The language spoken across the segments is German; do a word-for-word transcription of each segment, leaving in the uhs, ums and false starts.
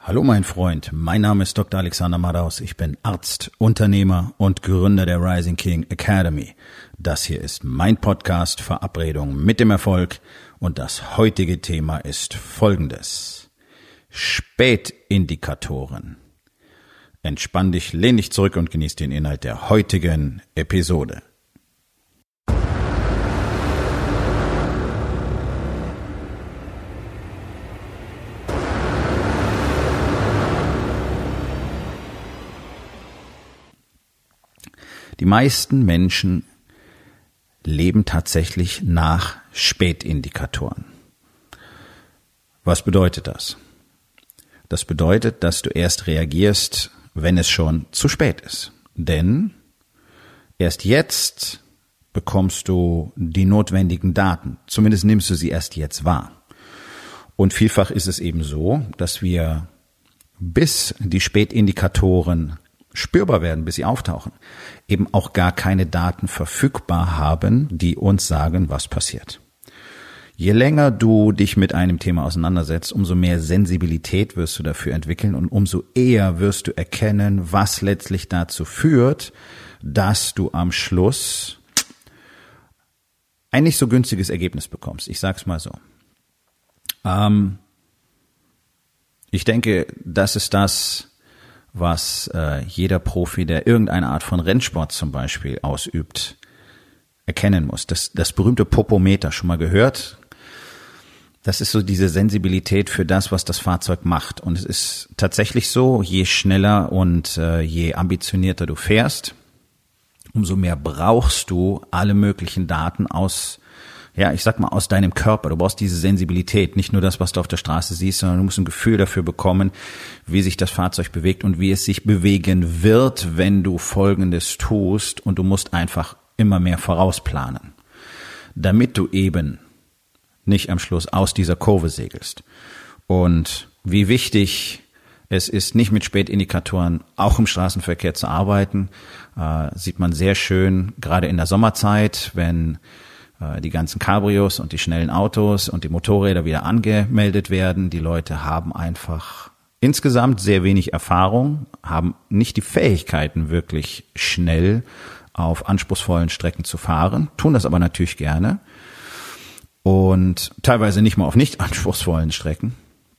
Hallo mein Freund, mein Name ist Doktor Alexander Madaus, ich bin Arzt, Unternehmer und Gründer der Rising King Academy. Das hier ist mein Podcast Verabredung mit dem Erfolg und das heutige Thema ist folgendes: Spätindikatoren. Entspann dich, lehn dich zurück und genieß den Inhalt der heutigen Episode. Die meisten Menschen leben tatsächlich nach Spätindikatoren. Was bedeutet das? Das bedeutet, dass du erst reagierst, wenn es schon zu spät ist. Denn erst jetzt bekommst du die notwendigen Daten. Zumindest nimmst du sie erst jetzt wahr. Und vielfach ist es eben so, dass wir bis die Spätindikatoren spürbar werden, bis sie auftauchen, eben auch gar keine Daten verfügbar haben, die uns sagen, was passiert. Je länger du dich mit einem Thema auseinandersetzt, umso mehr Sensibilität wirst du dafür entwickeln und umso eher wirst du erkennen, was letztlich dazu führt, dass du am Schluss ein nicht so günstiges Ergebnis bekommst. Ich sag's mal so. Ähm, ich denke, das ist das, was äh, jeder Profi, der irgendeine Art von Rennsport zum Beispiel ausübt, erkennen muss. Das, das berühmte Popometer, schon mal gehört? Das ist so diese Sensibilität für das, was das Fahrzeug macht. Und es ist tatsächlich so, je schneller und äh, je ambitionierter du fährst, umso mehr brauchst du alle möglichen Daten aus, ja, ich sag mal, aus deinem Körper. Du brauchst diese Sensibilität, nicht nur das, was du auf der Straße siehst, sondern du musst ein Gefühl dafür bekommen, wie sich das Fahrzeug bewegt und wie es sich bewegen wird, wenn du Folgendes tust, und du musst einfach immer mehr vorausplanen, damit du eben nicht am Schluss aus dieser Kurve segelst. Und wie wichtig es ist, nicht mit Spätindikatoren auch im Straßenverkehr zu arbeiten, äh, sieht man sehr schön, gerade in der Sommerzeit, wenn die ganzen Cabrios und die schnellen Autos und die Motorräder wieder angemeldet werden. Die Leute haben einfach insgesamt sehr wenig Erfahrung, haben nicht die Fähigkeiten, wirklich schnell auf anspruchsvollen Strecken zu fahren, tun das aber natürlich gerne und teilweise nicht mal auf nicht anspruchsvollen Strecken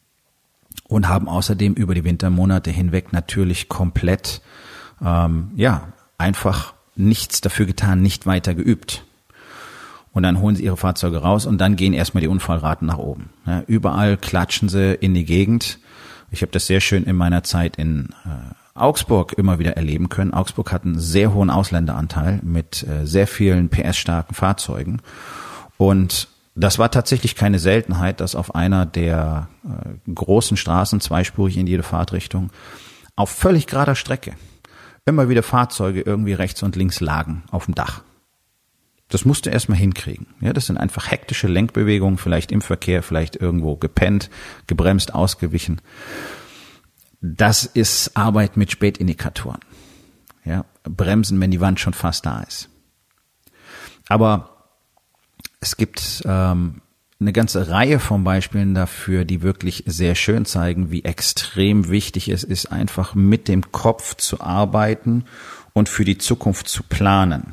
und haben außerdem über die Wintermonate hinweg natürlich komplett, ähm, ja, einfach nichts dafür getan, nicht weiter geübt. Und dann holen sie ihre Fahrzeuge raus und dann gehen erstmal die Unfallraten nach oben. Ja, überall klatschen sie in die Gegend. Ich habe das sehr schön in meiner Zeit in äh, Augsburg immer wieder erleben können. Augsburg hat einen sehr hohen Ausländeranteil mit äh, sehr vielen P S-starken Fahrzeugen. Und das war tatsächlich keine Seltenheit, dass auf einer der äh, großen Straßen, zweispurig in jede Fahrtrichtung, auf völlig gerader Strecke immer wieder Fahrzeuge irgendwie rechts und links lagen auf dem Dach. Das musst du erstmal hinkriegen. Ja, das sind einfach hektische Lenkbewegungen, vielleicht im Verkehr, vielleicht irgendwo gepennt, gebremst, ausgewichen. Das ist Arbeit mit Spätindikatoren. Ja, bremsen, wenn die Wand schon fast da ist. Aber es gibt ähm, eine ganze Reihe von Beispielen dafür, die wirklich sehr schön zeigen, wie extrem wichtig es ist, einfach mit dem Kopf zu arbeiten und für die Zukunft zu planen.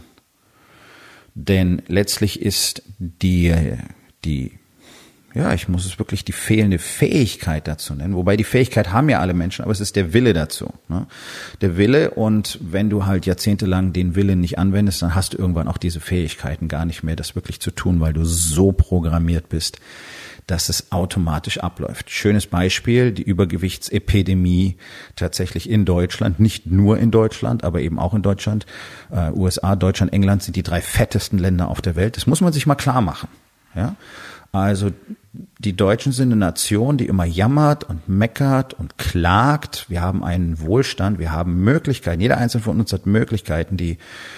Denn letztlich ist die, die, ja, ich muss es wirklich die fehlende Fähigkeit dazu nennen. Wobei die Fähigkeit haben ja alle Menschen, aber es ist der Wille dazu. Ne? Der Wille, und wenn du halt jahrzehntelang den Willen nicht anwendest, dann hast du irgendwann auch diese Fähigkeiten gar nicht mehr, das wirklich zu tun, weil du so programmiert bist, dass es automatisch abläuft. Schönes Beispiel, die Übergewichtsepidemie tatsächlich in Deutschland, nicht nur in Deutschland, aber eben auch in Deutschland. Äh, U S A, Deutschland, England sind die drei fettesten Länder auf der Welt. Das muss man sich mal klar machen. Ja? Also die Deutschen sind eine Nation, die immer jammert und meckert und klagt. Wir haben einen Wohlstand, wir haben Möglichkeiten. Jeder Einzelne von uns hat Möglichkeiten, die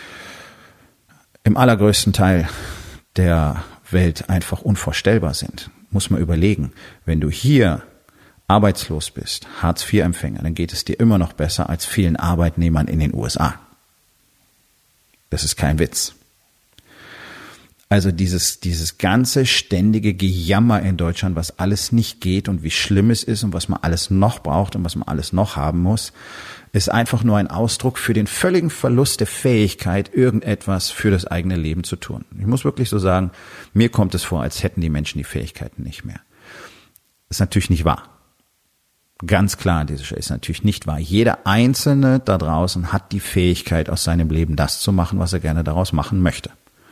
im allergrößten Teil der Welt einfach unvorstellbar sind. Muss man überlegen, wenn du hier arbeitslos bist, Hartz vier Empfänger, dann geht es dir immer noch besser als vielen Arbeitnehmern in den U S A. Das ist kein Witz. Also dieses, dieses ganze ständige Gejammer in Deutschland, was alles nicht geht und wie schlimm es ist und was man alles noch braucht und was man alles noch haben muss, ist einfach nur ein Ausdruck für den völligen Verlust der Fähigkeit, irgendetwas für das eigene Leben zu tun. Ich muss wirklich so sagen, mir kommt es vor, als hätten die Menschen die Fähigkeiten nicht mehr. Das ist natürlich nicht wahr. Ganz klar an dieser Stelle ist natürlich nicht wahr. Jeder Einzelne da draußen hat die Fähigkeit, aus seinem Leben das zu machen, was er gerne daraus machen möchte.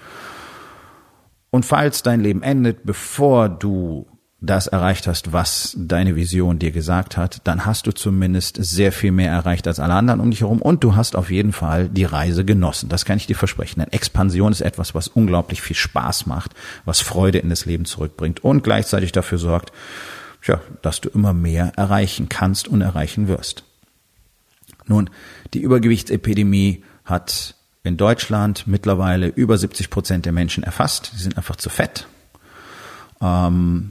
Und falls dein Leben endet, bevor du das erreicht hast, was deine Vision dir gesagt hat, dann hast du zumindest sehr viel mehr erreicht als alle anderen um dich herum und du hast auf jeden Fall die Reise genossen. Das kann ich dir versprechen. Denn Expansion ist etwas, was unglaublich viel Spaß macht, was Freude in das Leben zurückbringt und gleichzeitig dafür sorgt, ja, dass du immer mehr erreichen kannst und erreichen wirst. Nun, die Übergewichtsepidemie hat in Deutschland mittlerweile über siebzig Prozent der Menschen erfasst. Die sind einfach zu fett. Ähm,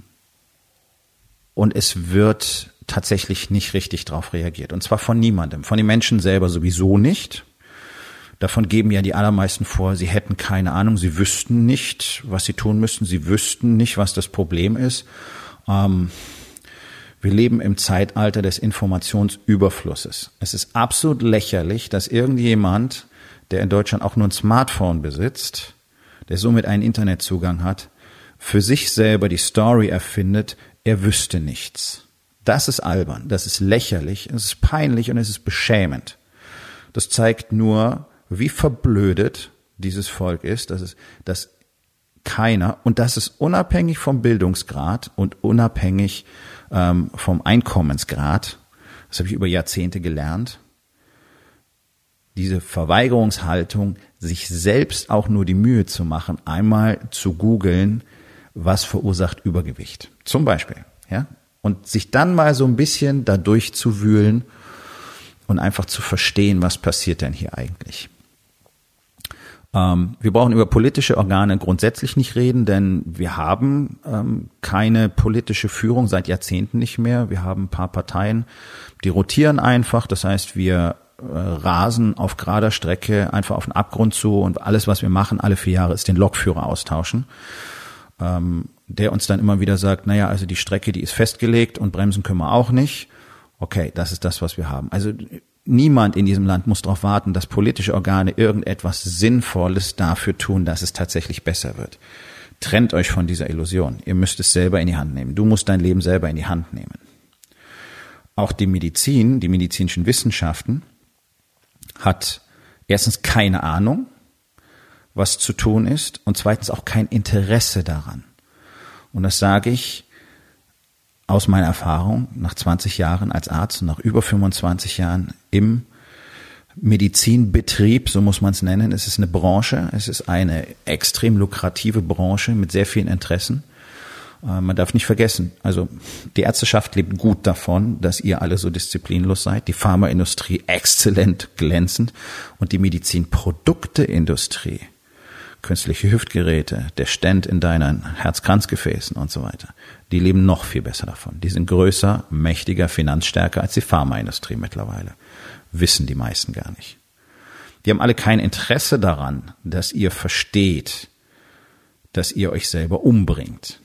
und es wird tatsächlich nicht richtig drauf reagiert. Und zwar von niemandem. Von den Menschen selber sowieso nicht. Davon geben ja die allermeisten vor, sie hätten keine Ahnung, sie wüssten nicht, was sie tun müssten. Sie wüssten nicht, was das Problem ist. Ähm, wir leben im Zeitalter des Informationsüberflusses. Es ist absolut lächerlich, dass irgendjemand, der in Deutschland auch nur ein Smartphone besitzt, der somit einen Internetzugang hat, für sich selber die Story erfindet, er wüsste nichts. Das ist albern, das ist lächerlich, es ist peinlich und es ist beschämend. Das zeigt nur, wie verblödet dieses Volk ist, dass es, dass keiner, und das ist unabhängig vom Bildungsgrad und unabhängig ähm, vom Einkommensgrad, das habe ich über Jahrzehnte gelernt, diese Verweigerungshaltung, sich selbst auch nur die Mühe zu machen, einmal zu googeln, was verursacht Übergewicht. Zum Beispiel, ja. Und sich dann mal so ein bisschen da durchzuwühlen und einfach zu verstehen, was passiert denn hier eigentlich. Ähm, wir brauchen über politische Organe grundsätzlich nicht reden, denn wir haben ähm, keine politische Führung seit Jahrzehnten nicht mehr. Wir haben ein paar Parteien, die rotieren einfach. Das heißt, wir rasen auf gerader Strecke einfach auf den Abgrund zu und alles, was wir machen, alle vier Jahre, ist den Lokführer austauschen, ähm, der uns dann immer wieder sagt, naja, also die Strecke, die ist festgelegt und bremsen können wir auch nicht. Okay, das ist das, was wir haben. Also niemand in diesem Land muss darauf warten, dass politische Organe irgendetwas Sinnvolles dafür tun, dass es tatsächlich besser wird. Trennt euch von dieser Illusion. Ihr müsst es selber in die Hand nehmen. Du musst dein Leben selber in die Hand nehmen. Auch die Medizin, die medizinischen Wissenschaften, hat erstens keine Ahnung, was zu tun ist, und zweitens auch kein Interesse daran. Und das sage ich aus meiner Erfahrung nach zwanzig Jahren als Arzt und nach über fünfundzwanzig Jahren im Medizinbetrieb, so muss man es nennen. Es ist eine Branche, es ist eine extrem lukrative Branche mit sehr vielen Interessen. Man darf nicht vergessen, also die Ärzteschaft lebt gut davon, dass ihr alle so disziplinlos seid, die Pharmaindustrie exzellent glänzend und die Medizinprodukteindustrie, künstliche Hüftgeräte, der Stent in deinen Herz-Kranzgefäßen und so weiter, die leben noch viel besser davon. Die sind größer, mächtiger, finanzstärker als die Pharmaindustrie mittlerweile. Wissen die meisten gar nicht. Die haben alle kein Interesse daran, dass ihr versteht, dass ihr euch selber umbringt.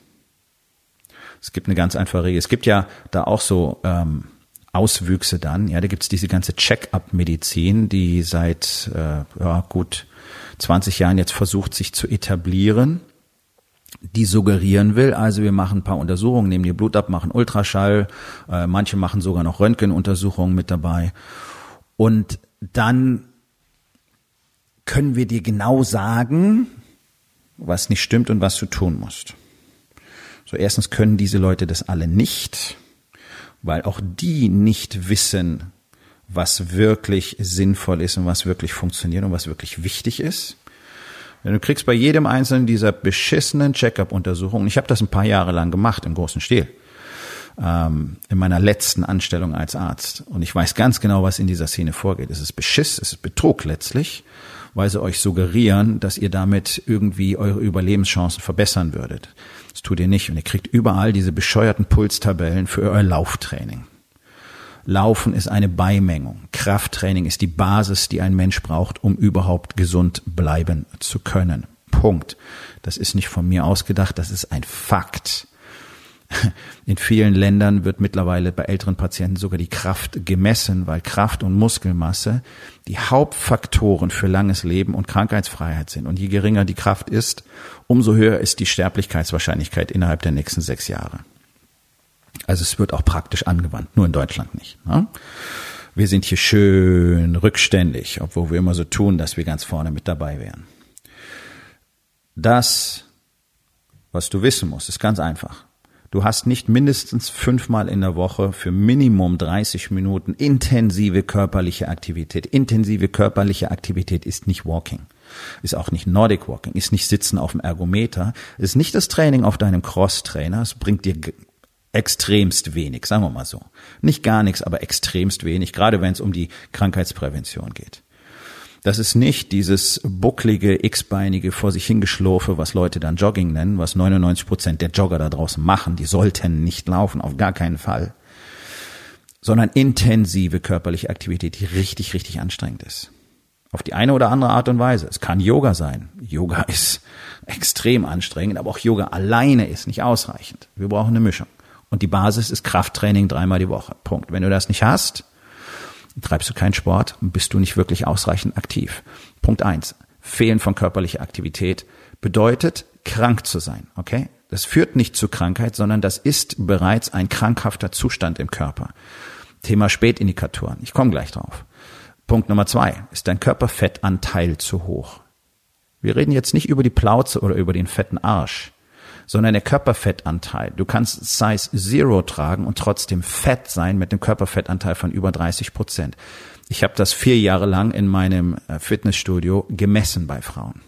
Es gibt eine ganz einfache Regel. Es gibt ja da auch so ähm, Auswüchse dann. Ja, da gibt's diese ganze Check-up-Medizin, die seit äh, ja, gut zwanzig Jahren jetzt versucht, sich zu etablieren. Die suggerieren will, also wir machen ein paar Untersuchungen, nehmen ihr Blut ab, machen Ultraschall. Äh, manche machen sogar noch Röntgenuntersuchungen mit dabei. Und dann können wir dir genau sagen, was nicht stimmt und was du tun musst. So, erstens können diese Leute das alle nicht, weil auch die nicht wissen, was wirklich sinnvoll ist und was wirklich funktioniert und was wirklich wichtig ist. Denn du kriegst bei jedem einzelnen dieser beschissenen Check-up-Untersuchungen, ich habe das ein paar Jahre lang gemacht im großen Stil, ähm, in meiner letzten Anstellung als Arzt. Und ich weiß ganz genau, was in dieser Szene vorgeht. Es ist Beschiss, es ist Betrug letztlich, weil sie euch suggerieren, dass ihr damit irgendwie eure Überlebenschancen verbessern würdet. Das tut ihr nicht und ihr kriegt überall diese bescheuerten Pulstabellen für euer Lauftraining. Laufen ist eine Beimengung. Krafttraining ist die Basis, die ein Mensch braucht, um überhaupt gesund bleiben zu können. Punkt. Das ist nicht von mir ausgedacht, das ist ein Fakt. In vielen Ländern wird mittlerweile bei älteren Patienten sogar die Kraft gemessen, weil Kraft und Muskelmasse die Hauptfaktoren für langes Leben und Krankheitsfreiheit sind. Und je geringer die Kraft ist, umso höher ist die Sterblichkeitswahrscheinlichkeit innerhalb der nächsten sechs Jahre. Also es wird auch praktisch angewandt, nur in Deutschland nicht. Ne? Wir sind hier schön rückständig, obwohl wir immer so tun, dass wir ganz vorne mit dabei wären. Das, was du wissen musst, ist ganz einfach. Du hast nicht mindestens fünfmal in der Woche für Minimum dreißig Minuten intensive körperliche Aktivität. Intensive körperliche Aktivität ist nicht Walking, ist auch nicht Nordic Walking, ist nicht Sitzen auf dem Ergometer, ist nicht das Training auf deinem Cross-Trainer, es bringt dir extremst wenig, sagen wir mal so. Nicht gar nichts, aber extremst wenig, gerade wenn es um die Krankheitsprävention geht. Das ist nicht dieses bucklige, x-beinige, vor sich hingeschlurfe, was Leute dann Jogging nennen, was neunundneunzig Prozent der Jogger da draußen machen. Die sollten nicht laufen, auf gar keinen Fall. Sondern intensive körperliche Aktivität, die richtig, richtig anstrengend ist. Auf die eine oder andere Art und Weise. Es kann Yoga sein. Yoga ist extrem anstrengend, aber auch Yoga alleine ist nicht ausreichend. Wir brauchen eine Mischung. Und die Basis ist Krafttraining dreimal die Woche. Punkt. Wenn du das nicht hast, treibst du keinen Sport und bist du nicht wirklich ausreichend aktiv. Punkt eins. Fehlen von körperlicher Aktivität bedeutet, krank zu sein. Okay? Das führt nicht zu Krankheit, sondern das ist bereits ein krankhafter Zustand im Körper. Thema Spätindikatoren. Ich komme gleich drauf. Punkt Nummer zwei. Ist dein Körperfettanteil zu hoch? Wir reden jetzt nicht über die Plauze oder über den fetten Arsch, sondern der Körperfettanteil. Du kannst Size Zero tragen und trotzdem fett sein mit einem Körperfettanteil von über dreißig Prozent. Ich habe das vier Jahre lang in meinem Fitnessstudio gemessen bei Frauen.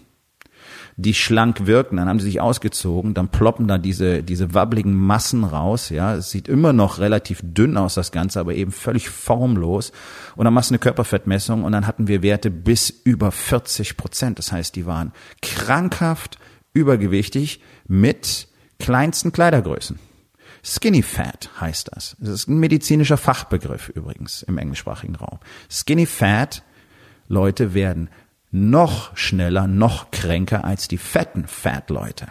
Die schlank wirken, dann haben sie sich ausgezogen, dann ploppen da diese diese wabbligen Massen raus. Ja, es sieht immer noch relativ dünn aus, das Ganze, aber eben völlig formlos. Und dann machst du eine Körperfettmessung und dann hatten wir Werte bis über vierzig Prozent. Das heißt, die waren krankhaft übergewichtig mit kleinsten Kleidergrößen. Skinny Fat heißt das. Das ist ein medizinischer Fachbegriff übrigens im englischsprachigen Raum. Skinny Fat Leute werden noch schneller, noch kränker als die fetten Fat-Leute.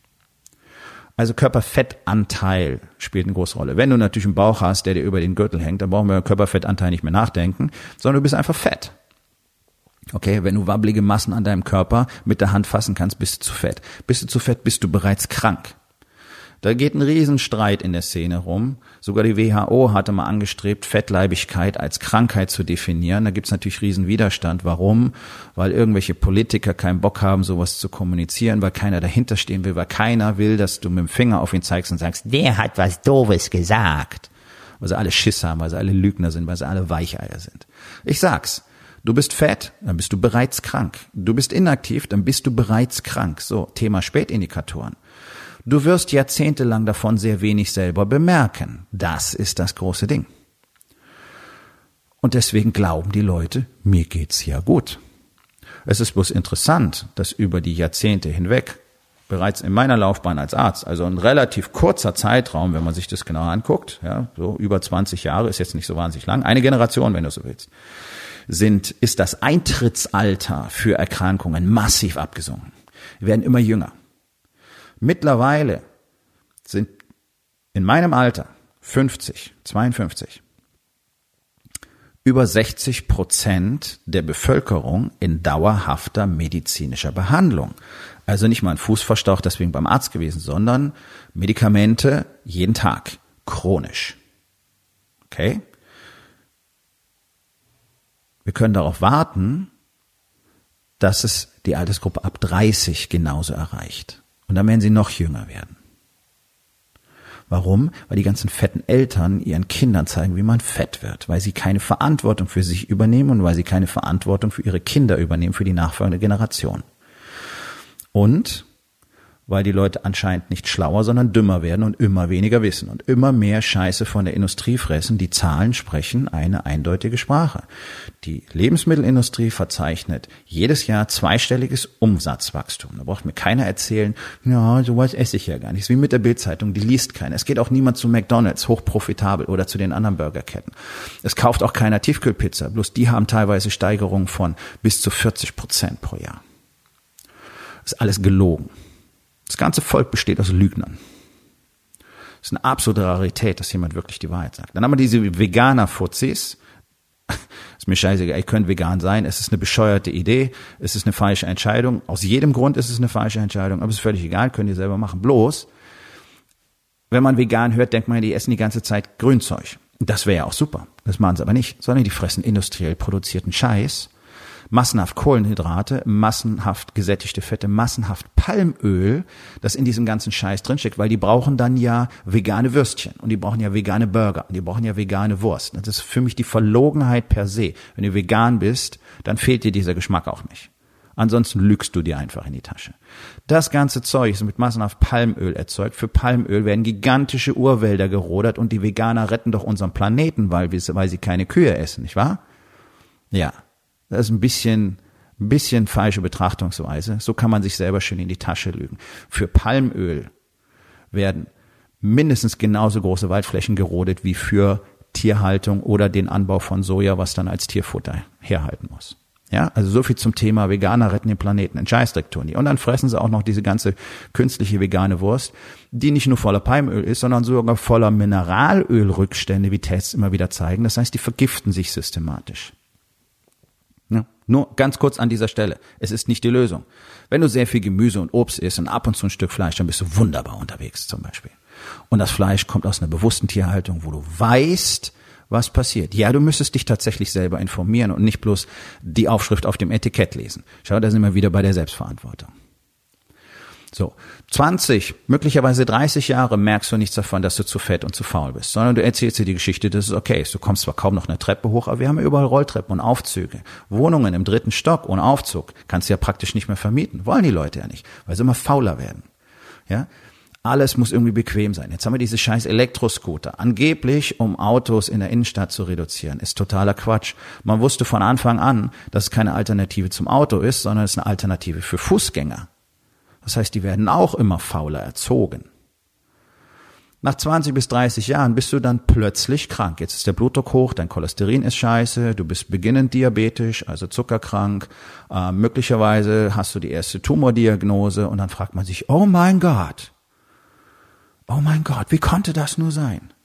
Also Körperfettanteil spielt eine große Rolle. Wenn du natürlich einen Bauch hast, der dir über den Gürtel hängt, dann brauchen wir Körperfettanteil nicht mehr nachdenken, sondern du bist einfach fett. Okay, wenn du wabbelige Massen an deinem Körper mit der Hand fassen kannst, bist du zu fett. Bist du zu fett, bist du bereits krank. Da geht ein Riesenstreit in der Szene rum. Sogar die W H O hatte mal angestrebt, Fettleibigkeit als Krankheit zu definieren. Da gibt's natürlich riesen Widerstand. Warum? Weil irgendwelche Politiker keinen Bock haben, sowas zu kommunizieren, weil keiner dahinter stehen will, weil keiner will, dass du mit dem Finger auf ihn zeigst und sagst, der hat was Doofes gesagt. Weil sie alle Schiss haben, weil sie alle Lügner sind, weil sie alle Weicheier sind. Ich sag's. Du bist fett, dann bist du bereits krank. Du bist inaktiv, dann bist du bereits krank. So, Thema Spätindikatoren. Du wirst jahrzehntelang davon sehr wenig selber bemerken. Das ist das große Ding. Und deswegen glauben die Leute, mir geht's ja gut. Es ist bloß interessant, dass über die Jahrzehnte hinweg, bereits in meiner Laufbahn als Arzt, also ein relativ kurzer Zeitraum, wenn man sich das genauer anguckt, ja, so über zwanzig Jahre, ist jetzt nicht so wahnsinnig lang, eine Generation, wenn du so willst, sind, ist das Eintrittsalter für Erkrankungen massiv abgesunken. Wir werden immer jünger. Mittlerweile sind in meinem Alter fünfzig, zweiundfünfzig über sechzig Prozent der Bevölkerung in dauerhafter medizinischer Behandlung. Also nicht mal ein Fuß verstaucht, deswegen beim Arzt gewesen, sondern Medikamente jeden Tag, chronisch. Okay? Wir können darauf warten, dass es die Altersgruppe ab dreißig genauso erreicht. Und dann werden sie noch jünger werden. Warum? Weil die ganzen fetten Eltern ihren Kindern zeigen, wie man fett wird. Weil sie keine Verantwortung für sich übernehmen und weil sie keine Verantwortung für ihre Kinder übernehmen, für die nachfolgende Generation. Und weil die Leute anscheinend nicht schlauer, sondern dümmer werden und immer weniger wissen und immer mehr Scheiße von der Industrie fressen. Die Zahlen sprechen eine eindeutige Sprache. Die Lebensmittelindustrie verzeichnet jedes Jahr zweistelliges Umsatzwachstum. Da braucht mir keiner erzählen, ja, sowas esse ich ja gar nicht. Das ist wie mit der Bild-Zeitung, die liest keiner. Es geht auch niemand zu McDonald's, hochprofitabel, oder zu den anderen Burgerketten. Es kauft auch keiner Tiefkühlpizza, bloß die haben teilweise Steigerungen von bis zu vierzig Prozent pro Jahr. Das ist alles gelogen. Das ganze Volk besteht aus Lügnern. Das ist eine absolute Rarität, dass jemand wirklich die Wahrheit sagt. Dann haben wir diese Veganer-Fuzis. Ist mir scheißegal, ihr könnt vegan sein. Es ist eine bescheuerte Idee. Es ist eine falsche Entscheidung. Aus jedem Grund ist es eine falsche Entscheidung. Aber es ist völlig egal, könnt ihr selber machen. Bloß, wenn man vegan hört, denkt man, die essen die ganze Zeit Grünzeug. Das wäre ja auch super. Das machen sie aber nicht. Sondern die fressen industriell produzierten Scheiß. Massenhaft Kohlenhydrate, massenhaft gesättigte Fette, massenhaft Palmöl, das in diesem ganzen Scheiß drinsteckt, weil die brauchen dann ja vegane Würstchen und die brauchen ja vegane Burger und die brauchen ja vegane Wurst. Das ist für mich die Verlogenheit per se. Wenn du vegan bist, dann fehlt dir dieser Geschmack auch nicht. Ansonsten lügst du dir einfach in die Tasche. Das ganze Zeug ist mit massenhaft Palmöl erzeugt. Für Palmöl werden gigantische Urwälder gerodert und die Veganer retten doch unseren Planeten, weil, weil sie keine Kühe essen, nicht wahr? Ja. Das ist ein bisschen, ein bisschen falsche Betrachtungsweise. So kann man sich selber schön in die Tasche lügen. Für Palmöl werden mindestens genauso große Waldflächen gerodet wie für Tierhaltung oder den Anbau von Soja, was dann als Tierfutter herhalten muss. Ja, also so viel zum Thema Veganer retten den Planeten. Ein Scheißdreck tun die. Und dann fressen sie auch noch diese ganze künstliche vegane Wurst, die nicht nur voller Palmöl ist, sondern sogar voller Mineralölrückstände, wie Tests immer wieder zeigen. Das heißt, die vergiften sich systematisch. Ja, nur ganz kurz an dieser Stelle. Es ist nicht die Lösung. Wenn du sehr viel Gemüse und Obst isst und ab und zu ein Stück Fleisch, dann bist du wunderbar unterwegs zum Beispiel. Und das Fleisch kommt aus einer bewussten Tierhaltung, wo du weißt, was passiert. Ja, du müsstest dich tatsächlich selber informieren und nicht bloß die Aufschrift auf dem Etikett lesen. Schau, da sind wir wieder bei der Selbstverantwortung. So, zwanzig, möglicherweise dreißig Jahre merkst du nichts davon, dass du zu fett und zu faul bist, sondern du erzählst dir die Geschichte, dass es okay ist. Du kommst zwar kaum noch eine Treppe hoch, aber wir haben ja überall Rolltreppen und Aufzüge. Wohnungen im dritten Stock ohne Aufzug kannst du ja praktisch nicht mehr vermieten. Wollen die Leute ja nicht, weil sie immer fauler werden. Ja, alles muss irgendwie bequem sein. Jetzt haben wir diese scheiß Elektroscooter. Angeblich, um Autos in der Innenstadt zu reduzieren. Ist totaler Quatsch. Man wusste von Anfang an, dass es keine Alternative zum Auto ist, sondern es ist eine Alternative für Fußgänger. Das heißt, die werden auch immer fauler erzogen. Nach zwanzig bis dreißig Jahren bist du dann plötzlich krank. Jetzt ist der Blutdruck hoch, dein Cholesterin ist scheiße, du bist beginnend diabetisch, also zuckerkrank. Äh, möglicherweise hast du die erste Tumordiagnose und dann fragt man sich, oh mein Gott, oh mein Gott, wie konnte das nur sein?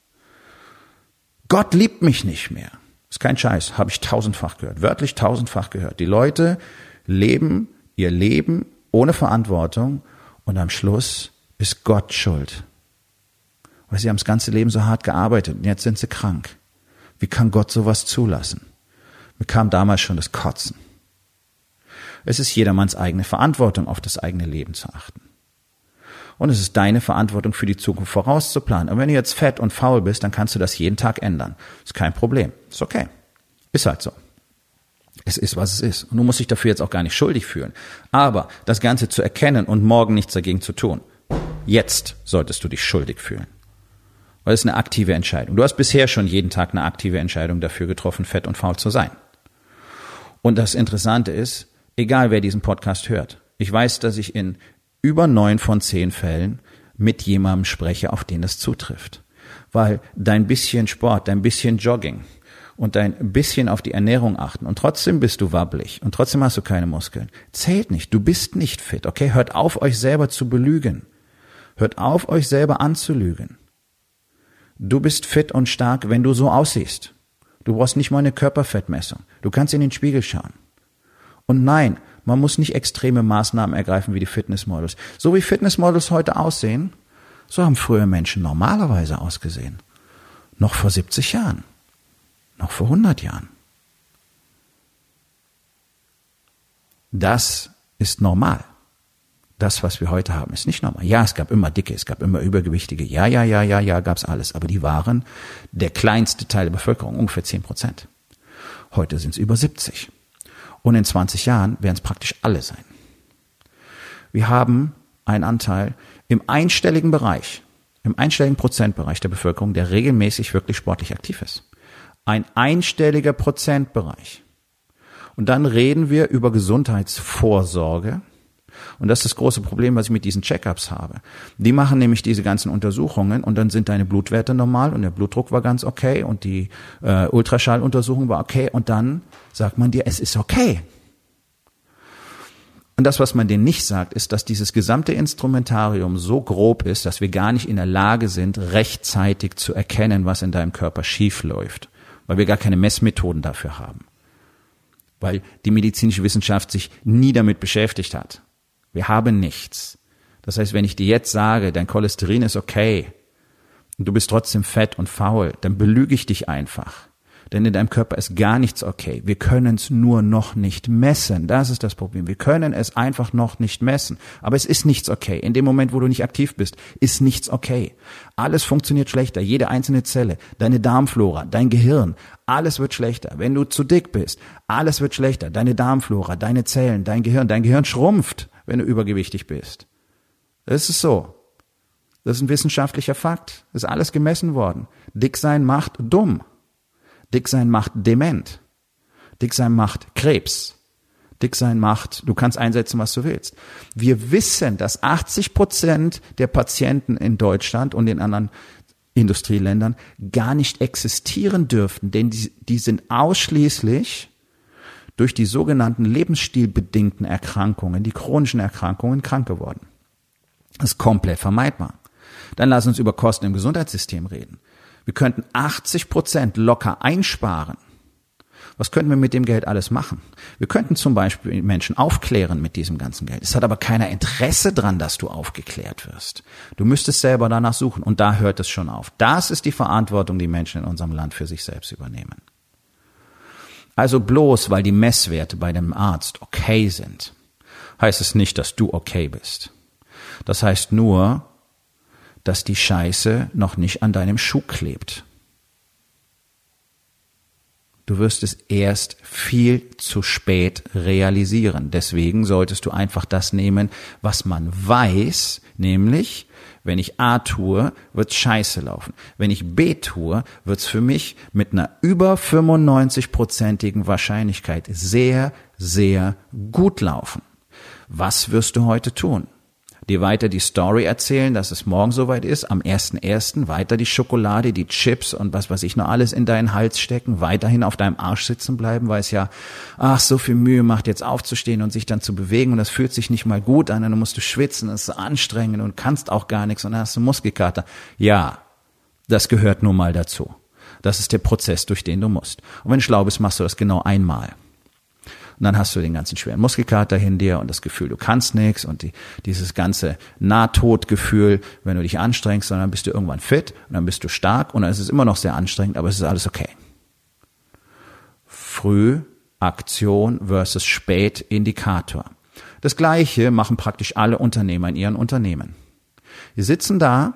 Gott liebt mich nicht mehr. Ist kein Scheiß, habe ich tausendfach gehört, wörtlich tausendfach gehört. Die Leute leben ihr Leben ohne Verantwortung und am Schluss ist Gott schuld. Weil sie haben das ganze Leben so hart gearbeitet und jetzt sind sie krank. Wie kann Gott sowas zulassen? Mir kam damals schon das Kotzen. Es ist jedermanns eigene Verantwortung, auf das eigene Leben zu achten. Und es ist deine Verantwortung, für die Zukunft vorauszuplanen. Und wenn du jetzt fett und faul bist, dann kannst du das jeden Tag ändern. Ist kein Problem. Ist okay. Ist halt so. Es ist, was es ist. Und du musst dich dafür jetzt auch gar nicht schuldig fühlen. Aber das Ganze zu erkennen und morgen nichts dagegen zu tun, jetzt solltest du dich schuldig fühlen. Weil es ist eine aktive Entscheidung. Du hast bisher schon jeden Tag eine aktive Entscheidung dafür getroffen, fett und faul zu sein. Und das Interessante ist, egal wer diesen Podcast hört, ich weiß, dass ich in über neun von zehn Fällen mit jemandem spreche, auf den das zutrifft. Weil dein bisschen Sport, dein bisschen Jogging und dein bisschen auf die Ernährung achten und trotzdem bist du wabbelig und trotzdem hast du keine Muskeln, zählt nicht. Du bist nicht fit, okay? Hört auf, euch selber zu belügen. Hört auf, euch selber anzulügen. Du bist fit und stark, wenn du so aussiehst. Du brauchst nicht mal eine Körperfettmessung. Du kannst in den Spiegel schauen. Und nein, man muss nicht extreme Maßnahmen ergreifen wie die Fitnessmodels. So wie Fitnessmodels heute aussehen, so haben früher Menschen normalerweise ausgesehen. Noch vor siebzig Jahren. Noch vor hundert Jahren. Das ist normal. Das, was wir heute haben, ist nicht normal. Ja, es gab immer Dicke, es gab immer Übergewichtige. Ja, ja, ja, ja, ja, gab's alles. Aber die waren der kleinste Teil der Bevölkerung, ungefähr zehn Prozent. Heute sind es über siebzig. Und in zwanzig Jahren werden es praktisch alle sein. Wir haben einen Anteil im einstelligen Bereich, im einstelligen Prozentbereich der Bevölkerung, der regelmäßig wirklich sportlich aktiv ist. Ein einstelliger Prozentbereich. Und dann reden wir über Gesundheitsvorsorge. Und das ist das große Problem, was ich mit diesen Check-ups habe. Die machen nämlich diese ganzen Untersuchungen und dann sind deine Blutwerte normal und der Blutdruck war ganz okay und die äh, Ultraschalluntersuchung war okay und dann sagt man dir, es ist okay. Und das, was man denen nicht sagt, ist, dass dieses gesamte Instrumentarium so grob ist, dass wir gar nicht in der Lage sind, rechtzeitig zu erkennen, was in deinem Körper schief läuft, weil wir gar keine Messmethoden dafür haben, weil die medizinische Wissenschaft sich nie damit beschäftigt hat. Wir haben nichts. Das heißt, wenn ich dir jetzt sage, dein Cholesterin ist okay und du bist trotzdem fett und faul, dann belüge ich dich einfach. Denn in deinem Körper ist gar nichts okay. Wir können es nur noch nicht messen. Das ist das Problem. Wir können es einfach noch nicht messen. Aber es ist nichts okay. In dem Moment, wo du nicht aktiv bist, ist nichts okay. Alles funktioniert schlechter. Jede einzelne Zelle, deine Darmflora, dein Gehirn, alles wird schlechter. Wenn du zu dick bist, alles wird schlechter. Deine Darmflora, deine Zellen, dein Gehirn. Dein Gehirn schrumpft, wenn du übergewichtig bist. Das ist so. Das ist ein wissenschaftlicher Fakt. Das ist alles gemessen worden. Dick sein macht dumm. Dick sein macht dement. Dick sein macht Krebs. Dick sein macht, du kannst einsetzen, was du willst. Wir wissen, dass achtzig Prozent der Patienten in Deutschland und in anderen Industrieländern gar nicht existieren dürften, denn die, die sind ausschließlich durch die sogenannten lebensstilbedingten Erkrankungen, die chronischen Erkrankungen, krank geworden. Das ist komplett vermeidbar. Dann lass uns über Kosten im Gesundheitssystem reden. Wir könnten achtzig Prozent locker einsparen. Was könnten wir mit dem Geld alles machen? Wir könnten zum Beispiel Menschen aufklären mit diesem ganzen Geld. Es hat aber keiner Interesse dran, dass du aufgeklärt wirst. Du müsstest selber danach suchen und da hört es schon auf. Das ist die Verantwortung, die Menschen in unserem Land für sich selbst übernehmen. Also bloß, weil die Messwerte bei dem Arzt okay sind, heißt es nicht, dass du okay bist. Das heißt nur, dass die Scheiße noch nicht an deinem Schuh klebt. Du wirst es erst viel zu spät realisieren. Deswegen solltest du einfach das nehmen, was man weiß, nämlich, wenn ich A tue, wird's scheiße laufen. Wenn ich B tue, wird's für mich mit einer über fünfundneunzig-prozentigen Wahrscheinlichkeit sehr, sehr gut laufen. Was wirst du heute tun? Dir weiter die Story erzählen, dass es morgen soweit ist, am ersten ersten weiter die Schokolade, die Chips und was weiß ich noch alles in deinen Hals stecken, weiterhin auf deinem Arsch sitzen bleiben, weil es ja, ach, so viel Mühe macht, jetzt aufzustehen und sich dann zu bewegen und das fühlt sich nicht mal gut an und dann musst du schwitzen, das ist anstrengend und kannst auch gar nichts und dann hast du Muskelkater. Ja, das gehört nun mal dazu. Das ist der Prozess, durch den du musst. Und wenn du schlau bist, machst du das genau einmal. Und dann hast du den ganzen schweren Muskelkater hinter dir und das Gefühl, du kannst nichts und die, dieses ganze Nahtodgefühl, wenn du dich anstrengst, und dann bist du irgendwann fit und dann bist du stark und dann ist es immer noch sehr anstrengend, aber es ist alles okay. Frühaktion versus Spätindikator. Das Gleiche machen praktisch alle Unternehmer in ihren Unternehmen. Die sitzen da,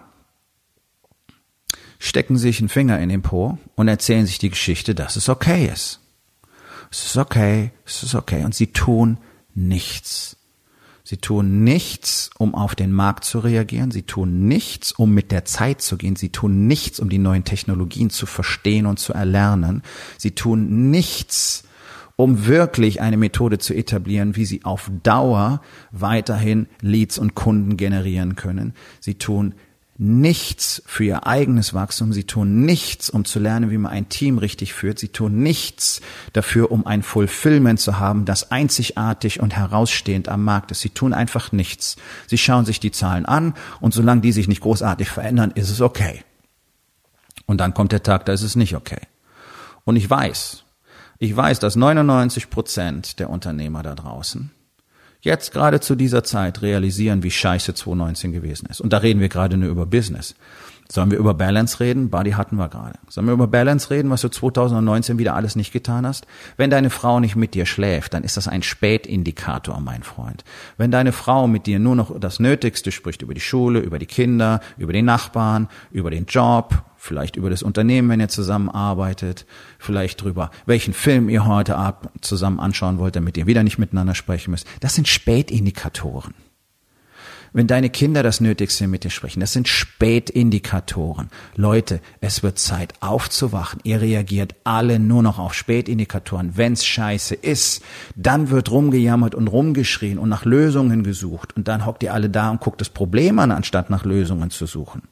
stecken sich einen Finger in den Po und erzählen sich die Geschichte, dass es okay ist. Es ist okay, es ist okay. Und sie tun nichts. Sie tun nichts, um auf den Markt zu reagieren. Sie tun nichts, um mit der Zeit zu gehen. Sie tun nichts, um die neuen Technologien zu verstehen und zu erlernen. Sie tun nichts, um wirklich eine Methode zu etablieren, wie sie auf Dauer weiterhin Leads und Kunden generieren können. Sie tun nichts für ihr eigenes Wachstum. Sie tun nichts, um zu lernen, wie man ein Team richtig führt. Sie tun nichts dafür, um ein Fulfillment zu haben, das einzigartig und herausstehend am Markt ist. Sie tun einfach nichts. Sie schauen sich die Zahlen an und solange die sich nicht großartig verändern, ist es okay. Und dann kommt der Tag, da ist es nicht okay. Und ich weiß, ich weiß, dass neunundneunzig Prozent der Unternehmer da draußen jetzt gerade zu dieser Zeit realisieren, wie scheiße zwanzig neunzehn gewesen ist. Und da reden wir gerade nur über Business. Sollen wir über Balance reden? Body hatten wir gerade. Sollen wir über Balance reden, was du zwanzig neunzehn wieder alles nicht getan hast? Wenn deine Frau nicht mit dir schläft, dann ist das ein Spätindikator, mein Freund. Wenn deine Frau mit dir nur noch das Nötigste spricht, über die Schule, über die Kinder, über den Nachbarn, über den Job, vielleicht über das Unternehmen, wenn ihr zusammenarbeitet, vielleicht drüber, welchen Film ihr heute Abend zusammen anschauen wollt, damit ihr wieder nicht miteinander sprechen müsst. Das sind Spätindikatoren. Wenn deine Kinder das Nötigste mit dir sprechen, das sind Spätindikatoren. Leute, es wird Zeit aufzuwachen. Ihr reagiert alle nur noch auf Spätindikatoren. Wenn's scheiße ist, dann wird rumgejammert und rumgeschrien und nach Lösungen gesucht. Und dann hockt ihr alle da und guckt das Problem an, anstatt nach Lösungen zu suchen.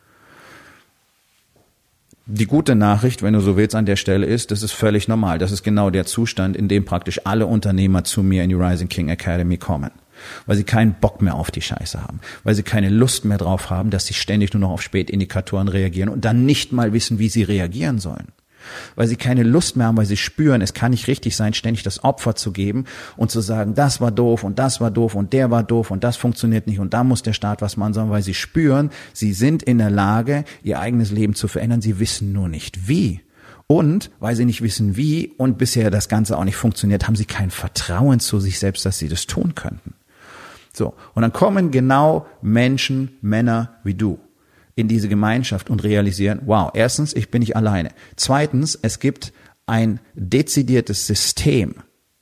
Die gute Nachricht, wenn du so willst, an der Stelle ist, das ist völlig normal. Das ist genau der Zustand, in dem praktisch alle Unternehmer zu mir in die Rising King Academy kommen. weil sie keinen Bock mehr auf die Scheiße haben, weil sie keine Lust mehr drauf haben, dass sie ständig nur noch auf Spätindikatoren reagieren und dann nicht mal wissen, wie sie reagieren sollen. Weil sie keine Lust mehr haben, weil sie spüren, es kann nicht richtig sein, ständig das Opfer zu geben und zu sagen, das war doof und das war doof und der war doof und das funktioniert nicht und da muss der Staat was machen, sondern weil sie spüren, sie sind in der Lage, ihr eigenes Leben zu verändern, sie wissen nur nicht wie. Und weil sie nicht wissen wie und bisher das Ganze auch nicht funktioniert, haben sie kein Vertrauen zu sich selbst, dass sie das tun könnten. So, und dann kommen genau Menschen, Männer wie du in diese Gemeinschaft und realisieren, wow, erstens, ich bin nicht alleine. Zweitens, es gibt ein dezidiertes System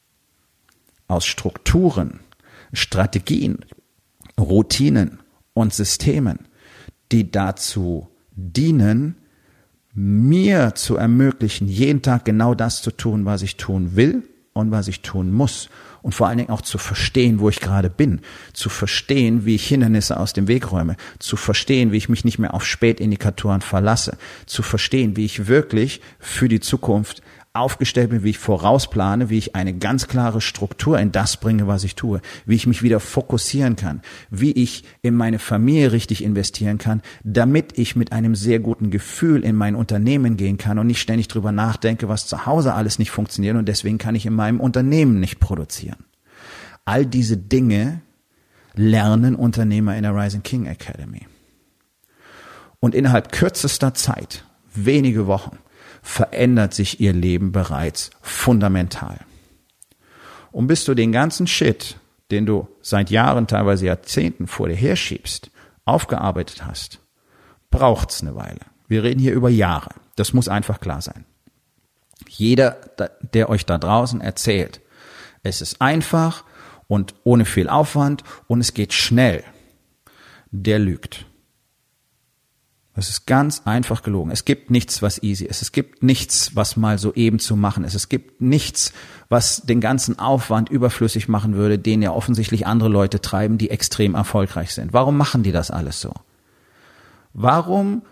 aus Strukturen, Strategien, Routinen und Systemen, die dazu dienen, mir zu ermöglichen, jeden Tag genau das zu tun, was ich tun will und was ich tun muss. Und vor allen Dingen auch zu verstehen, wo ich gerade bin, zu verstehen, wie ich Hindernisse aus dem Weg räume, zu verstehen, wie ich mich nicht mehr auf Spätindikatoren verlasse, zu verstehen, wie ich wirklich für die Zukunft aufgestellt bin, wie ich vorausplane, wie ich eine ganz klare Struktur in das bringe, was ich tue, wie ich mich wieder fokussieren kann, wie ich in meine Familie richtig investieren kann, damit ich mit einem sehr guten Gefühl in mein Unternehmen gehen kann und nicht ständig drüber nachdenke, was zu Hause alles nicht funktioniert und deswegen kann ich in meinem Unternehmen nicht produzieren. All diese Dinge lernen Unternehmer in der Rising King Academy. Und innerhalb kürzester Zeit, wenige Wochen, verändert sich ihr Leben bereits fundamental. Und bis du den ganzen Shit, den du seit Jahren, teilweise Jahrzehnten vor dir herschiebst, aufgearbeitet hast, braucht's eine Weile. Wir reden hier über Jahre. Das muss einfach klar sein. Jeder, der euch da draußen erzählt, es ist einfach und ohne viel Aufwand und es geht schnell, der lügt. Es ist ganz einfach gelogen. Es gibt nichts, was easy ist. Es gibt nichts, was mal so eben zu machen ist. Es gibt nichts, was den ganzen Aufwand überflüssig machen würde, den ja offensichtlich andere Leute treiben, die extrem erfolgreich sind. Warum machen die das alles so? Warum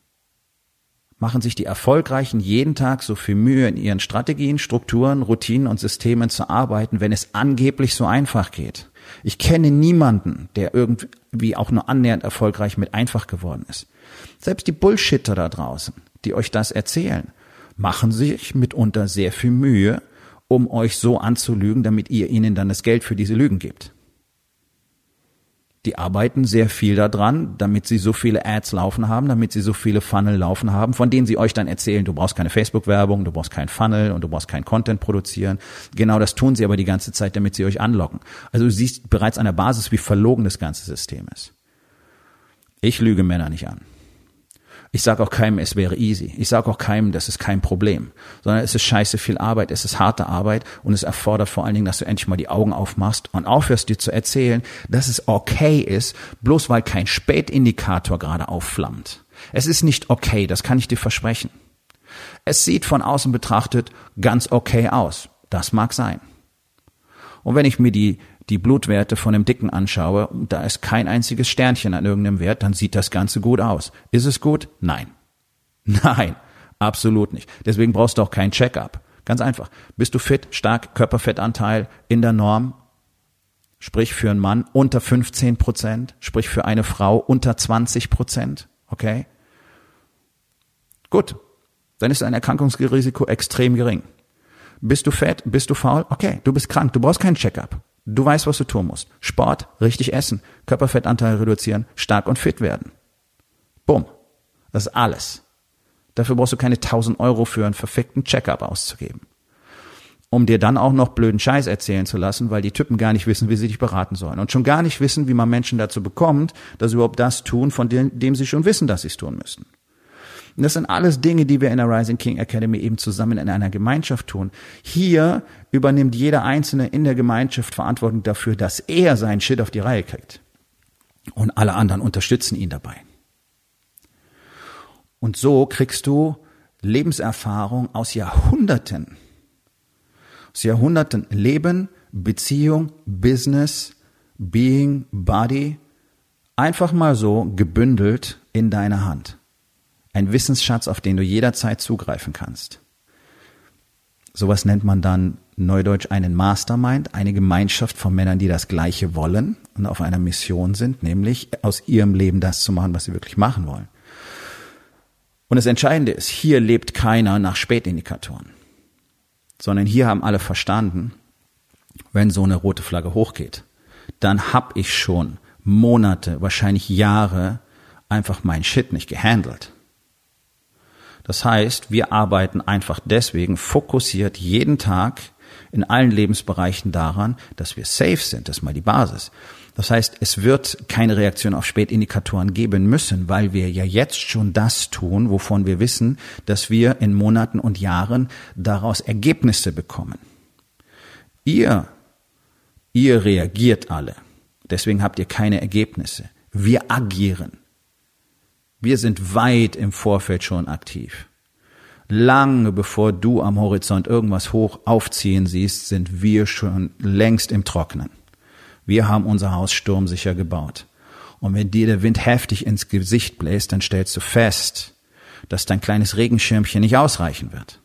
machen sich die Erfolgreichen jeden Tag so viel Mühe, in ihren Strategien, Strukturen, Routinen und Systemen zu arbeiten, wenn es angeblich so einfach geht? Ich kenne niemanden, der irgendwie auch nur annähernd erfolgreich mit einfach geworden ist. Selbst die Bullshitter da draußen, die euch das erzählen, machen sich mitunter sehr viel Mühe, um euch so anzulügen, damit ihr ihnen dann das Geld für diese Lügen gebt. Die arbeiten sehr viel daran, damit sie so viele Ads laufen haben, damit sie so viele Funnel laufen haben, von denen sie euch dann erzählen, du brauchst keine Facebook-Werbung, du brauchst keinen Funnel und du brauchst keinen Content produzieren. Genau das tun sie aber die ganze Zeit, damit sie euch anlocken. Also du siehst bereits an der Basis, wie verlogen das ganze System ist. Ich lüge Männer nicht an. Ich sage auch keinem, es wäre easy. Ich sage auch keinem, das ist kein Problem. Sondern es ist scheiße viel Arbeit, es ist harte Arbeit und es erfordert vor allen Dingen, dass du endlich mal die Augen aufmachst und aufhörst dir zu erzählen, dass es okay ist, bloß weil kein Spätindikator gerade aufflammt. Es ist nicht okay, das kann ich dir versprechen. Es sieht von außen betrachtet ganz okay aus. Das mag sein. Und wenn ich mir die die Blutwerte von einem Dicken anschaue, und da ist kein einziges Sternchen an irgendeinem Wert, dann sieht das Ganze gut aus. Ist es gut? Nein. Nein, absolut nicht. Deswegen brauchst du auch keinen Check-up. Ganz einfach. Bist du fit, stark, Körperfettanteil in der Norm? Sprich für einen Mann unter fünfzehn Prozent, sprich für eine Frau unter zwanzig Prozent. Okay? Gut. Dann ist dein Erkrankungsrisiko extrem gering. Bist du fett? Bist du faul? Okay, du bist krank. Du brauchst keinen Check-up. Du weißt, was du tun musst. Sport, richtig essen, Körperfettanteil reduzieren, stark und fit werden. Bumm. Das ist alles. Dafür brauchst du keine tausend Euro für einen verfickten Check-up auszugeben. Um dir dann auch noch blöden Scheiß erzählen zu lassen, weil die Typen gar nicht wissen, wie sie dich beraten sollen. Und schon gar nicht wissen, wie man Menschen dazu bekommt, dass sie überhaupt das tun, von dem, dem sie schon wissen, dass sie es tun müssen. Und das sind alles Dinge, die wir in der Rising King Academy eben zusammen in einer Gemeinschaft tun. Hier übernimmt jeder Einzelne in der Gemeinschaft Verantwortung dafür, dass er seinen Shit auf die Reihe kriegt. Und alle anderen unterstützen ihn dabei. Und so kriegst du Lebenserfahrung aus Jahrhunderten. Aus Jahrhunderten Leben, Beziehung, Business, Being, Body, einfach mal so gebündelt in deiner Hand. Ein Wissensschatz, auf den du jederzeit zugreifen kannst. Sowas nennt man dann neudeutsch einen Mastermind, eine Gemeinschaft von Männern, die das Gleiche wollen und auf einer Mission sind, nämlich aus ihrem Leben das zu machen, was sie wirklich machen wollen. Und das Entscheidende ist, hier lebt keiner nach Spätindikatoren, sondern hier haben alle verstanden, wenn so eine rote Flagge hochgeht, dann hab ich schon Monate, wahrscheinlich Jahre einfach mein Shit nicht gehandelt. Das heißt, wir arbeiten einfach deswegen fokussiert jeden Tag in allen Lebensbereichen daran, dass wir safe sind. Das ist mal die Basis. Das heißt, es wird keine Reaktion auf Spätindikatoren geben müssen, weil wir ja jetzt schon das tun, wovon wir wissen, dass wir in Monaten und Jahren daraus Ergebnisse bekommen. Ihr, ihr reagiert alle. Deswegen habt ihr keine Ergebnisse. Wir agieren. Wir sind weit im Vorfeld schon aktiv. Lange bevor du am Horizont irgendwas hoch aufziehen siehst, sind wir schon längst im Trocknen. Wir haben unser Haus sturmsicher gebaut. Und wenn dir der Wind heftig ins Gesicht bläst, dann stellst du fest, dass dein kleines Regenschirmchen nicht ausreichen wird.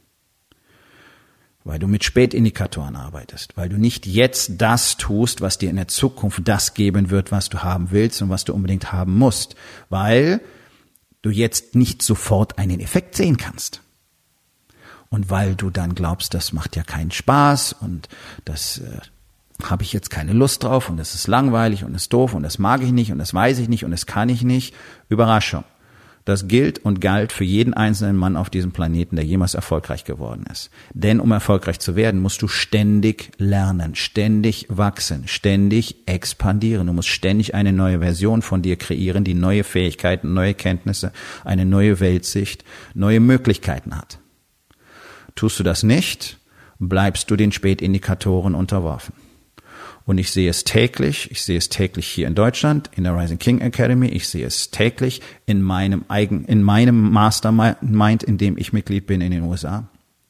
Weil du mit Spätindikatoren arbeitest, weil du nicht jetzt das tust, was dir in der Zukunft das geben wird, was du haben willst und was du unbedingt haben musst, weil du jetzt nicht sofort einen Effekt sehen kannst. Und weil du dann glaubst, das macht ja keinen Spaß und das äh, habe ich jetzt keine Lust drauf und das ist langweilig und das ist doof und das mag ich nicht und das weiß ich nicht und das kann ich nicht. Überraschung. Das gilt und galt für jeden einzelnen Mann auf diesem Planeten, der jemals erfolgreich geworden ist. Denn um erfolgreich zu werden, musst du ständig lernen, ständig wachsen, ständig expandieren. Du musst ständig eine neue Version von dir kreieren, die neue Fähigkeiten, neue Kenntnisse, eine neue Weltsicht, neue Möglichkeiten hat. Tust du das nicht, bleibst du den Spätindikatoren unterworfen. Und ich sehe es täglich, ich sehe es täglich hier in Deutschland, in der Rising King Academy, ich sehe es täglich in meinem eigen, in meinem Mastermind, in dem ich Mitglied bin in den U S A,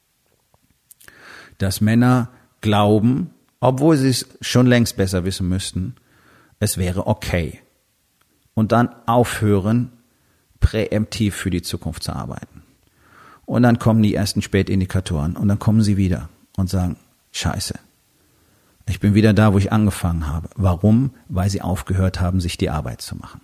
dass Männer glauben, obwohl sie es schon längst besser wissen müssten, es wäre okay. Und dann aufhören, präemptiv für die Zukunft zu arbeiten. Und dann kommen die ersten Spätindikatoren und dann kommen sie wieder und sagen, Scheiße. Ich bin wieder da, wo ich angefangen habe. Warum? Weil sie aufgehört haben, sich die Arbeit zu machen.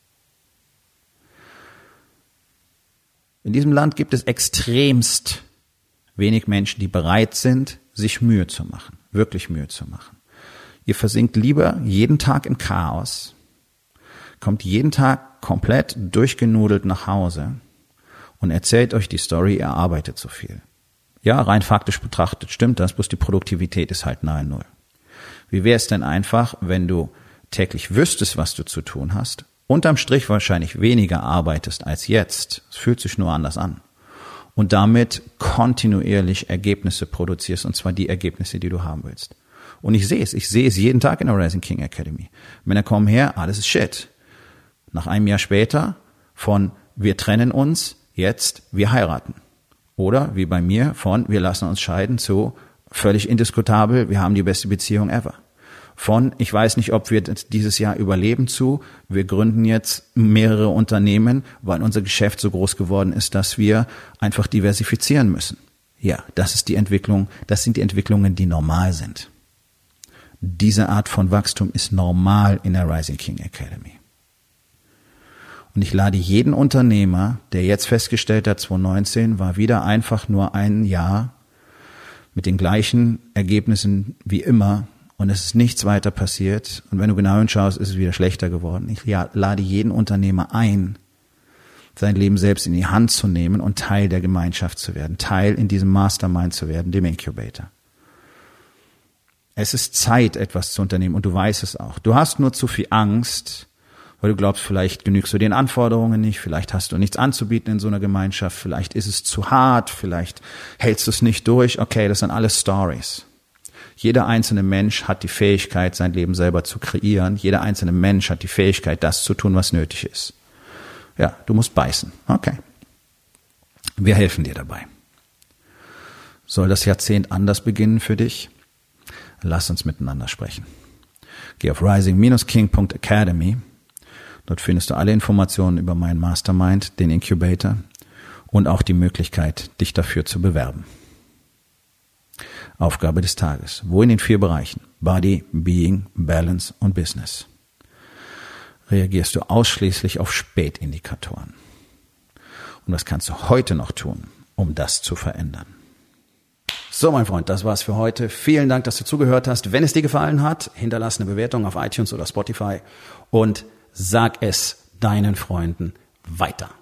In diesem Land gibt es extremst wenig Menschen, die bereit sind, sich Mühe zu machen, wirklich Mühe zu machen. Ihr versinkt lieber jeden Tag im Chaos, kommt jeden Tag komplett durchgenudelt nach Hause und erzählt euch die Story, ihr arbeitet zu viel. Ja, rein faktisch betrachtet stimmt das, bloß die Produktivität ist halt nahe Null. Wie wäre es denn einfach, wenn du täglich wüsstest, was du zu tun hast, unterm Strich wahrscheinlich weniger arbeitest als jetzt, es fühlt sich nur anders an, und damit kontinuierlich Ergebnisse produzierst, und zwar die Ergebnisse, die du haben willst. Und ich sehe es, ich sehe es jeden Tag in der Rising King Academy. Männer kommen her, alles ist Shit. Nach einem Jahr später von wir trennen uns, jetzt wir heiraten. Oder wie bei mir von wir lassen uns scheiden zu völlig indiskutabel, wir haben die beste Beziehung ever. Von, ich weiß nicht, ob wir dieses Jahr überleben zu, wir gründen jetzt mehrere Unternehmen, weil unser Geschäft so groß geworden ist, dass wir einfach diversifizieren müssen. Ja, das ist die Entwicklung, das sind die Entwicklungen, die normal sind. Diese Art von Wachstum ist normal in der Rising King Academy. Und ich lade jeden Unternehmer, der jetzt festgestellt hat, zwanzig neunzehn war wieder einfach nur ein Jahr mit den gleichen Ergebnissen wie immer und es ist nichts weiter passiert. Und wenn du genau hinschaust, ist es wieder schlechter geworden. Ich lade jeden Unternehmer ein, sein Leben selbst in die Hand zu nehmen und Teil der Gemeinschaft zu werden, Teil in diesem Mastermind zu werden, dem Incubator. Es ist Zeit, etwas zu unternehmen und du weißt es auch. Du hast nur zu viel Angst, weil du glaubst, vielleicht genügst du den Anforderungen nicht, vielleicht hast du nichts anzubieten in so einer Gemeinschaft, vielleicht ist es zu hart, vielleicht hältst du es nicht durch. Okay, das sind alles Stories. Jeder einzelne Mensch hat die Fähigkeit, sein Leben selber zu kreieren. Jeder einzelne Mensch hat die Fähigkeit, das zu tun, was nötig ist. Ja, du musst beißen. Okay. Wir helfen dir dabei. Soll das Jahrzehnt anders beginnen für dich? Lass uns miteinander sprechen. Geh auf rising dash king punkt academy. Dort findest du alle Informationen über meinen Mastermind, den Incubator und auch die Möglichkeit, dich dafür zu bewerben. Aufgabe des Tages. Wo in den vier Bereichen Body, Being, Balance und Business reagierst du ausschließlich auf Spätindikatoren? Und was kannst du heute noch tun, um das zu verändern? So, mein Freund, das war's für heute. Vielen Dank, dass du zugehört hast. Wenn es dir gefallen hat, hinterlass eine Bewertung auf iTunes oder Spotify und sag es deinen Freunden weiter.